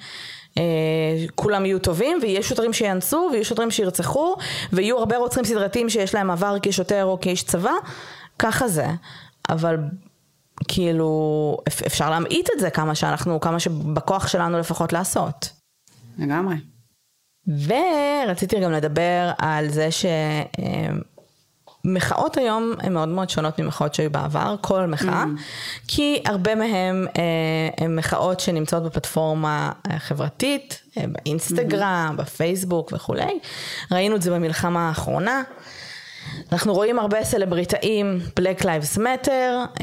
Speaker 1: כולם יהיו טובים, ויהיה שוטרים שיאנסו, ויהיו שוטרים שירצחו, ויהיו הרבה רוצחים סדרתיים שיש להם עבר כשוטר או כאיש צבא, ככה זה, אבל כאילו אפשר להמעיט את זה כמה שאנחנו, כמה שבכוח שלנו לפחות לעשות.
Speaker 2: לגמרי.
Speaker 1: ורציתי גם לדבר על זה שמחאות היום הן מאוד מאוד שונות ממחאות שהיו בעבר, כל מחאה, mm. כי הרבה מהן הן מחאות שנמצאות בפלטפורמה חברתית, באינסטגרם, mm-hmm. בפייסבוק וכולי. ראינו את זה במלחמה האחרונה, אנחנו רואים הרבה סלבריטאים, Black Lives Matter,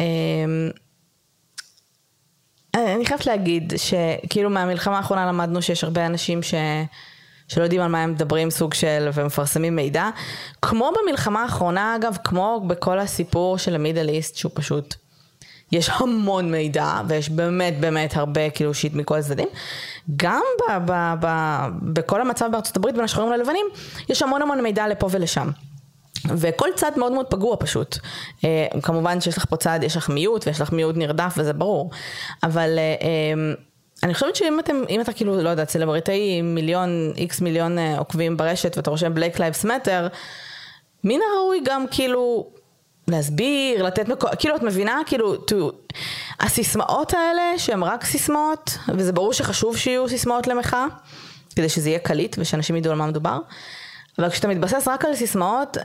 Speaker 1: אני חייבת להגיד שכאילו מהמלחמה האחרונה למדנו שיש הרבה אנשים ש... שלא יודעים על מה הם מדברים סוג של ומפרסמים מידע, כמו במלחמה האחרונה אגב, כמו בכל הסיפור של המידל איסט שהוא פשוט, יש המון מידע ויש באמת באמת הרבה כאילו שיט מכל הצדדים, גם ב- ב- ב- בכל המצב בארצות הברית בין השחורים ללבנים, יש המון המון מידע לפה ולשם. וכל צד מאוד מאוד פגוע פשוט. כמובן שיש לך פה צד, יש לך מיעוט, ויש לך מיעוט נרדף, וזה ברור. אבל אני חושבת שאם אתם, אם אתה כאילו, לא יודע, סלבריטאי מיליון, איקס מיליון עוקבים ברשת, ואתה רושם Black Lives Matter, מן הראוי גם כאילו להסביר, לתת מקום, כאילו את מבינה, כאילו, הסיסמאות האלה, שהן רק סיסמאות, וזה ברור שחשוב שיהיו סיסמאות למחאה, כדי שזה יהיה קליט, ושאנשים ידעו על מה מדובר. אבל כשאתה מתבסס רק על סיסמאות,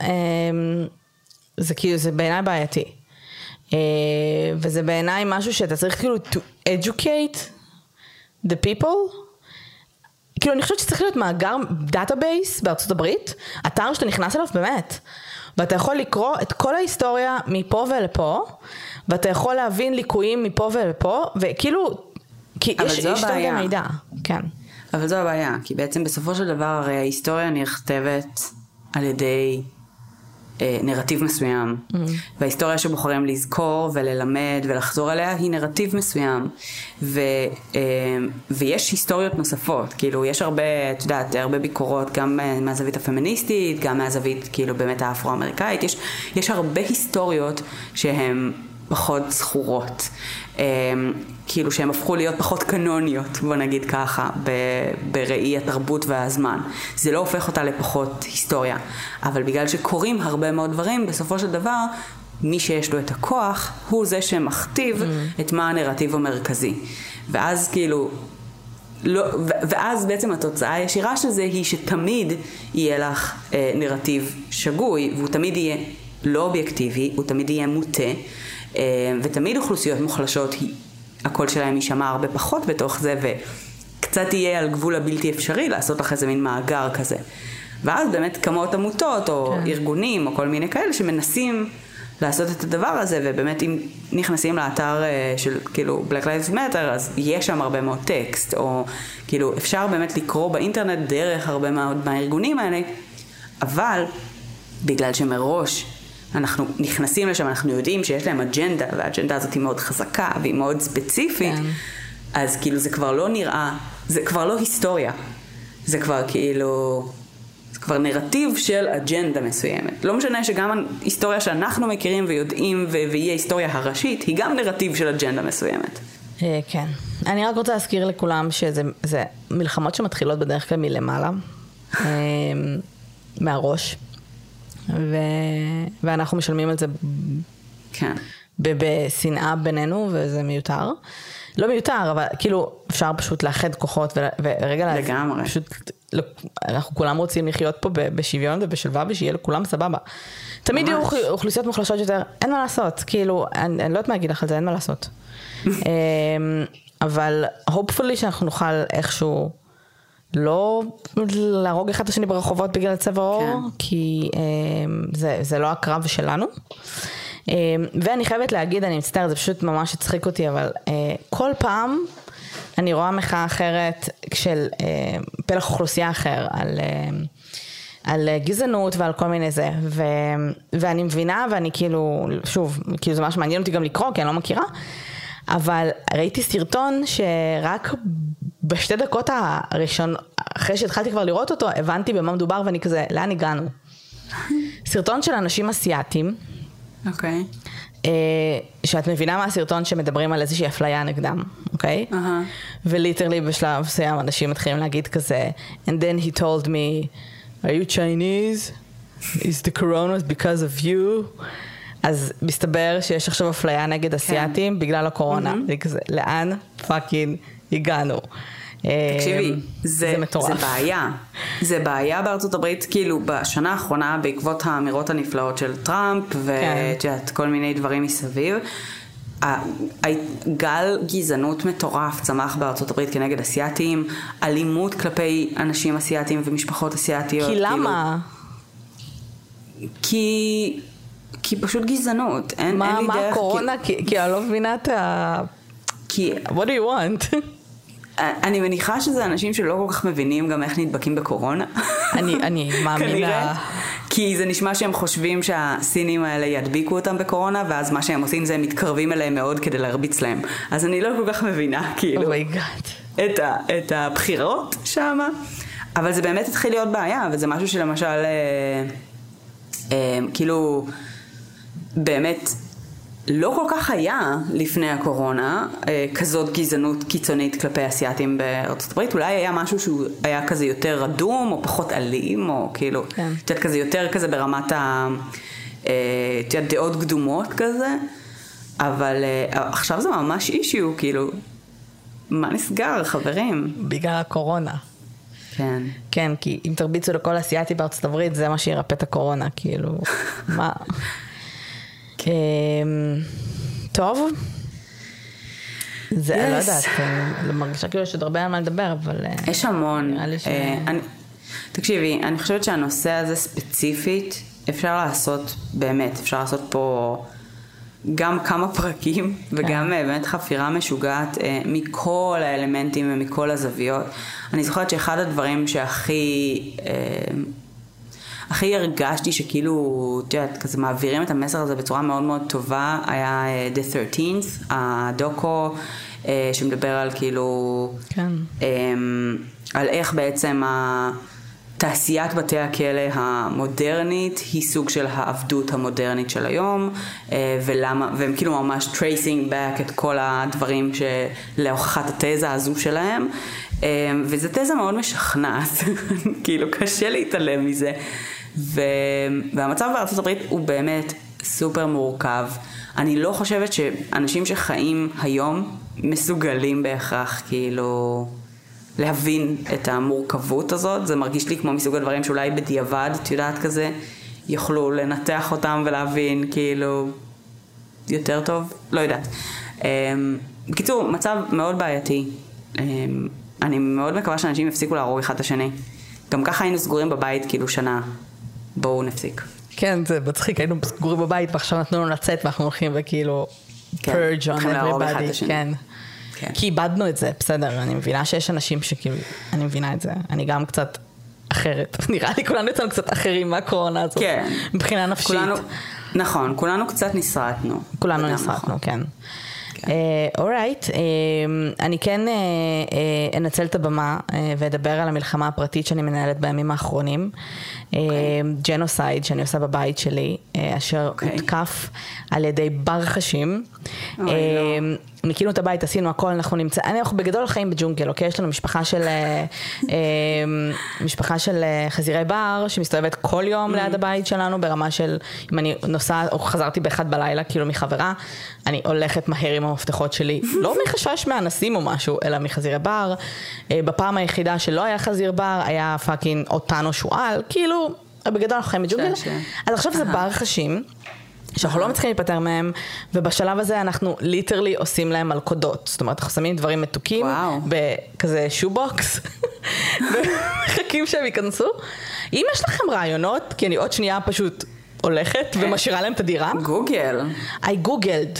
Speaker 1: זה כאילו, זה בעיניי בעייתי. וזה בעיניי משהו שאתה צריך כאילו to educate the people. כאילו אני חושבת שצריך להיות מאגר דאטאבייס בארצות הברית, אתר שאתה נכנס אליו באמת, ואתה יכול לקרוא את כל ההיסטוריה מפה ולפה, ואתה יכול להבין ליקויים מפה ולפה, וכאילו, כי יש היסטוריה מידע. כן.
Speaker 2: אבל זו הבעיה, כי בעצם בסופו של דבר הרי ההיסטוריה נכתבת על ידי אה, נרטיב מסוים, mm-hmm. וההיסטוריה שבוחרים לזכור וללמד ולחזור עליה היא נרטיב מסוים, ו, אה, ויש היסטוריות נוספות, כאילו יש הרבה, את יודעת, הרבה ביקורות, גם מהזווית הפמיניסטית, גם מהזווית כאילו באמת האפרו-אמריקאית, יש, יש הרבה היסטוריות שהן פחות זכורות, כאילו שהם הפכו להיות פחות קנוניות, בוא נגיד ככה, בראי התרבות והזמן. זה לא הופך אותה לפחות היסטוריה, אבל בגלל שקוראים הרבה מאוד דברים, בסופו של דבר, מי שיש לו את הכוח, הוא זה שמכתיב mm. את מה הנרטיב המרכזי. ואז כאילו, לא, ואז בעצם התוצאה הישירה של זה היא שתמיד יהיה לך אה, נרטיב שגוי, והוא תמיד יהיה לא אובייקטיבי, הוא תמיד יהיה מוטה, ותמיד אוכלוסיות מוחלשות, הקול שלהם יישמע הרבה פחות בתוך זה, וקצת יהיה על גבול הבלתי אפשרי לעשות לך איזה מין מאגר כזה. ואז באמת כמות עמותות או כן. ארגונים או כל מיני כאלה שמנסים לעשות את הדבר הזה, ובאמת אם נכנסים לאתר של כאילו Black Lives Matter, אז יש שם הרבה מאוד טקסט, או כאילו אפשר באמת לקרוא באינטרנט דרך הרבה מאוד מהארגונים האלה, אבל בגלל שמראש אנחנו נכנסים לשם, אנחנו יודעים שיש להם אג'נדה, והאג'נדה הזאת היא מאוד חזקה והיא מאוד ספציפית, כן. אז כאילו זה כבר לא נראה, זה כבר לא היסטוריה, זה כבר כאילו, זה כבר נרטיב של אג'נדה מסוימת. לא משנה שגם ההיסטוריה שאנחנו מכירים ויודעים והיא ההיסטוריה הראשית, היא גם נרטיב של אג'נדה מסוימת.
Speaker 1: כן. אני רק רוצה להזכיר לכולם שזה זה מלחמות שמתחילות בדרך כלל מלמעלה. מהראש, ו... ואנחנו משלמים על זה
Speaker 2: כן.
Speaker 1: בשנאה בינינו, וזה מיותר. לא מיותר, אבל כאילו אפשר פשוט לאחד כוחות, ורגע
Speaker 2: לגמרי.
Speaker 1: פשוט, אנחנו כולם רוצים לחיות פה בשוויון ובשלווה, ושיהיה לכולם סבבה. תמיד יהיו אוכלוסיות מוחלשות יותר, אין מה לעשות, כאילו, אני לא יודעת מה להגיד לך על זה, אין מה לעשות. אבל hopefully שאנחנו נוכל איכשהו לא להרוג אחד השני ברחובות בגלל צבע עור, כי זה, זה לא הקרב שלנו. ואני חייבת להגיד, אני מצטער, זה פשוט ממש הצחיק אותי, אבל כל פעם אני רואה מחאה אחרת של פלח אוכלוסייה אחר, על, על גזענות ועל כל מיני זה, ו, ואני מבינה, ואני כאילו, שוב, כאילו זה ממש מעניין אותי גם לקרוא, כי אני לא מכירה, אבל ראיתי סרטון שרק בשתי דקות הראשון, אחרי שהתחלתי כבר לראות אותו, הבנתי במה מדובר, ואני כזה, לאן הגענו? סרטון של אנשים אסיאטים,
Speaker 2: אוקיי.
Speaker 1: שאת מבינה מה הסרטון שמדברים על איזושהי אפליה נגדם, אוקיי? וליטרלי בשלב מסוים אנשים מתחילים להגיד כזה, and then he told me, are you Chinese? Is the corona because of you? אז מסתבר שיש עכשיו אפליה נגד אסיאטים בגלל הקורונה. לאן פאקינג הגענו?
Speaker 2: תקשיבי, זה בעיה. זה בעיה בארצות הברית, כאילו בשנה האחרונה, בעקבות האמירות הנפלאות של טראמפ, וכל מיני דברים מסביב, גל גזענות מטורף צמח בארצות הברית כנגד אסיאטים, אלימות כלפי אנשים אסיאטים ומשפחות אסיאטיות.
Speaker 1: כי למה?
Speaker 2: כי... כי פשוט גזענות. אין,
Speaker 1: מה,
Speaker 2: אין לי
Speaker 1: מה
Speaker 2: דרך...
Speaker 1: הקורונה? כי, כי, כי אני לא מבינה את ה...
Speaker 2: כי...
Speaker 1: What do you want?
Speaker 2: אני מניחה שזה אנשים שלא כל כך מבינים גם איך נדבקים בקורונה.
Speaker 1: אני, אני מאמינה.
Speaker 2: כי זה נשמע שהם חושבים שהסינים האלה ידביקו אותם בקורונה, ואז מה שהם עושים זה הם מתקרבים אליהם מאוד כדי להרביץ להם. אז אני לא כל כך מבינה, כאילו,
Speaker 1: oh my God.
Speaker 2: את, ה, את הבחירות שם. אבל זה באמת התחיל להיות בעיה, וזה משהו שלמשל, אה, אה, כאילו, באמת, לא כל כך היה לפני הקורונה אה, כזאת גזענות קיצונית כלפי אסיאטים בארצות הברית. אולי היה משהו שהוא היה כזה יותר רדום או פחות אלים, או כאילו, כן. תיאת כזה יותר כזה ברמת ה... אה, תיאת דעות קדומות כזה. אבל אה, עכשיו זה ממש אישיו, כאילו, מה נסגר, חברים?
Speaker 1: בגלל הקורונה.
Speaker 2: כן.
Speaker 1: כן, כי אם תרביצו לכל אסיאטי בארצות הברית, זה מה שירפא את הקורונה, כאילו, מה... טוב, זה לא יודעת, אני מרגישה כאילו יש עוד הרבה על מה לדבר, אבל
Speaker 2: יש המון. תקשיבי, אני חושבת שהנושא הזה ספציפית אפשר לעשות, באמת אפשר לעשות פה גם כמה פרקים וגם באמת חפירה משוגעת מכל האלמנטים ומכל הזוויות. אני זוכרת שאחד הדברים שהכי הכי הרגשתי שכאילו, תיודעת, כזה מעבירים את המסר הזה בצורה מאוד מאוד טובה, היה The thirteenth, הדוקו, שמדבר על כאילו,
Speaker 1: כן.
Speaker 2: על איך בעצם תעשיית בתי הכלא המודרנית היא סוג של העבדות המודרנית של היום, ולמה, והם כאילו ממש tracing back את כל הדברים שלהוכחת התזה הזו שלהם, וזו תזה מאוד משכנעת, כאילו קשה להתעלם מזה. והמצב בארצות הברית הוא באמת סופר מורכב. אני לא חושבת שאנשים שחיים היום מסוגלים בהכרח כאילו להבין את המורכבות הזאת. זה מרגיש לי כמו מסוג הדברים שאולי בדיעבד, את יודעת כזה, יוכלו לנתח אותם ולהבין כאילו יותר טוב, לא יודעת. בקיצור, מצב מאוד בעייתי. אני מאוד מקווה שאנשים יפסיקו להרוג אחד את השני. גם ככה היינו סגורים בבית כאילו שנה. בואו נפסיק.
Speaker 1: כן, זה מצחיק, היינו סגורים בבית ועכשיו נתנו לנו לצאת ואנחנו הולכים וכאילו purge on everybody. כן. כי איבדנו את זה, בסדר, אני מבינה שיש אנשים שכאילו, אני מבינה את זה, אני גם קצת אחרת. נראה לי כולנו יצאנו קצת אחרים מהקורונה הזאת. כן. מבחינה נפשית.
Speaker 2: נכון, כולנו קצת נסרטנו.
Speaker 1: כולנו נסרטנו, כן. אורייט, אני כן אנצל את הבמה ואדבר על המלחמה הפרטית שאני מנהלת בימים האחרונים, ג'נוסייד שאני עושה בבית שלי, אשר הותקף על ידי ברחשים. ניקינו את הבית, עשינו הכל, אנחנו נמצא, אנחנו בגדול חיים בג'ונגל, אוקיי? יש לנו משפחה של, משפחה של חזירי בר, שמסתובבת כל יום ליד הבית שלנו, ברמה של, אם אני נוסעת, או חזרתי באחד בלילה, כאילו מחברה, אני הולכת מהר עם המפתחות שלי, לא מחשש מאנסים או משהו, אלא מחזירי בר. בפעם היחידה שלא היה חזיר בר, היה פאקינג אותן או שואל, כאילו, בגדול אנחנו חיים בג'ונגל. אז עכשיו זה בר חשים, שאנחנו לא מצליחים להיפטר מהם, ובשלב הזה אנחנו ליטרלי עושים להם מלכודות. זאת אומרת, אנחנו שמים דברים מתוקים, בכזה שובוקס, ומחכים שהם ייכנסו. אם יש לכם רעיונות, כי אני עוד שנייה פשוט הולכת ומשאירה להם את הדירה.
Speaker 2: גוגל.
Speaker 1: I גוגלד.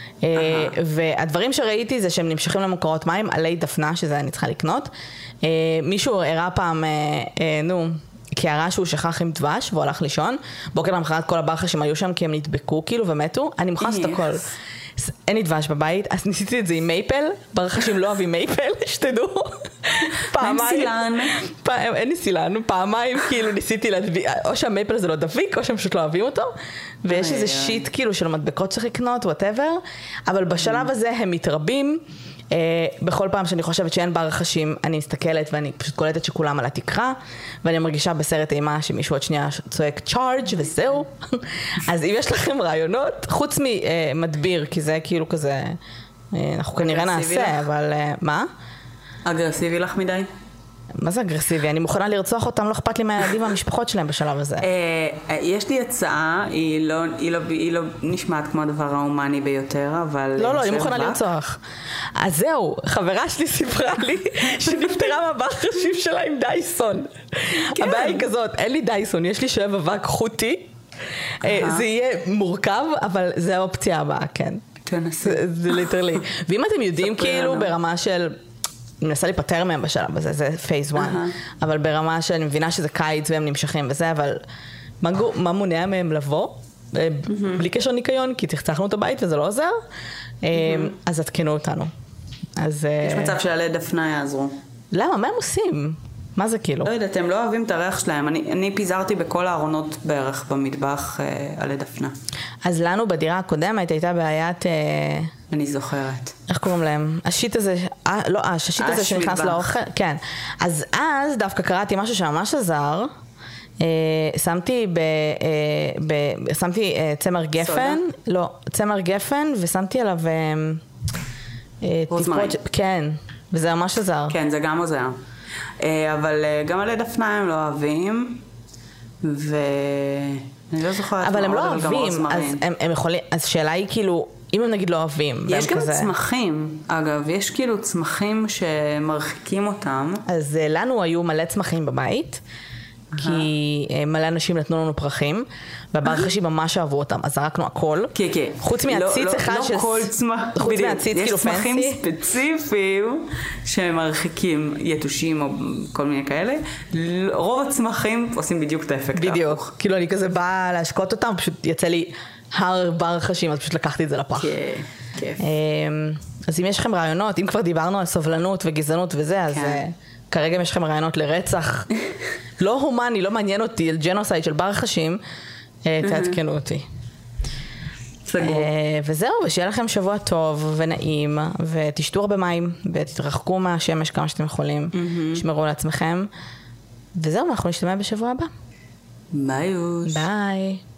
Speaker 1: והדברים שראיתי זה שהם נמשכים למקורות מים, עלי דפנה, שזה אני צריכה לקנות. מישהו הראה פעם, נו, כי הראה שהוא שכח עם דבש והוא הלך לישון, בוקר למחרת כל הברחשים היו שם כי הם נדבקו כאילו ומתו, אני מוכנה לעשות הכל. אין לי דבש בבית, אז ניסיתי את זה עם מייפל, ברחשים לא אוהבים מייפל, שתדעו.
Speaker 2: פעמיים. אין סילן.
Speaker 1: אין לי סילן, פעמיים כאילו ניסיתי להדביק, או שהמייפל זה לא דביק, או שהם פשוט לא אוהבים אותו, ויש איזה שיט כאילו של מדבקות צריך לקנות, whatever, אבל בשלב הזה הם מתרבים, Uh, בכל פעם שאני חושבת שאין בר חשים, אני מסתכלת ואני פשוט קולטת שכולם על התקרה, ואני מרגישה בסרט אימה שמישהו עוד שנייה צועק צ'ארג' וזהו. אז אם יש לכם רעיונות, חוץ ממדביר, כי זה כאילו כזה, uh, אנחנו כנראה נעשה, אבל uh, מה?
Speaker 2: אגרסיבי לך מדי?
Speaker 1: מה זה אגרסיבי? אני מוכנה לרצוח אותם, לא אכפת לי מהילדים והמשפחות שלהם בשלב הזה.
Speaker 2: יש לי הצעה, היא לא נשמעת כמו הדבר ההומני ביותר, אבל...
Speaker 1: לא, לא, אני מוכנה לרצוח. אז זהו, חברה שלי סיפרה לי שנפטרה מהברחשים שלה עם דייסון. הבעיה היא כזאת, אין לי דייסון, יש לי שואב אבק חוטי, זה יהיה מורכב, אבל זה האופציה הבאה, כן.
Speaker 2: תנסי.
Speaker 1: זה ליטרלי. ואם אתם יודעים כאילו ברמה של... אני מנסה להיפטר מהם בשלב הזה, זה פייס וואן. אבל ברמה שאני מבינה שזה קיץ והם נמשכים וזה, אבל מה מונע מהם לבוא? בלי קשר ניקיון, כי תחצחנו את הבית וזה לא עוזר. אז עדכנו אותנו.
Speaker 2: יש מצב שעלי דפנה יעזרו.
Speaker 1: למה? מה הם עושים? מה זה כאילו?
Speaker 2: לא יודעת, הם לא אוהבים את הריח שלהם. אני, אני פיזרתי בכל הארונות בערך במטבח אה, עלי דפנה.
Speaker 1: אז לנו בדירה הקודמת הייתה בעיית... אה...
Speaker 2: אני זוכרת.
Speaker 1: איך קוראים להם? השיט הזה, אה, לא אש, השיט הזה שנכנס לאוכל. כן. אז אז דווקא קראתי משהו שממש עזר. אה, שמתי ב... אה, ב שמתי אה, צמר גפן. סודה? לא, צמר גפן, ושמתי עליו... אה,
Speaker 2: רוזמרין.
Speaker 1: כן, וזה ממש עזר.
Speaker 2: כן, זה גם עוזר. אבל גם עלי דפנה הם לא אוהבים, ואני לא זוכרת
Speaker 1: אבל הם לא אוהבים, אז הם, הם יכולים, אז שאלה היא כאילו, אם הם נגיד לא אוהבים,
Speaker 2: יש גם
Speaker 1: כזה...
Speaker 2: צמחים, אגב, יש כאילו צמחים שמרחיקים אותם.
Speaker 1: אז לנו היו מלא צמחים בבית, כי מלא אנשים נתנו לנו פרחים, והברחשי ממש אהבו אותם, אז זרקנו הכל.
Speaker 2: כן, כן.
Speaker 1: חוץ מהציץ אחד
Speaker 2: של... לא כל צמח.
Speaker 1: חוץ מהציץ כאילו פנסי.
Speaker 2: יש צמחים ספציפיים שמרחיקים יתושים או כל מיני כאלה. רוב הצמחים עושים בדיוק את האפקט.
Speaker 1: בדיוק. כאילו אני כזה באה להשקות אותם, פשוט יצא לי הר ברחשים, אז פשוט לקחתי את זה לפח.
Speaker 2: כן, כיף.
Speaker 1: אז אם יש לכם רעיונות, אם כבר דיברנו על סובלנות וגזענות וזה, אז... כרגע יש לכם רעיונות לרצח, לא הומני, לא מעניין אותי, על ג'נוסייד של ברחשים, תעדכנו אותי.
Speaker 2: סגור.
Speaker 1: וזהו, ושיהיה לכם שבוע טוב ונעים, ותשתו הרבה מים, ותתרחקו מהשמש כמה שאתם יכולים, שמרו לעצמכם, וזהו, אנחנו נשתמע בשבוע הבא.
Speaker 2: ביי.
Speaker 1: ביי.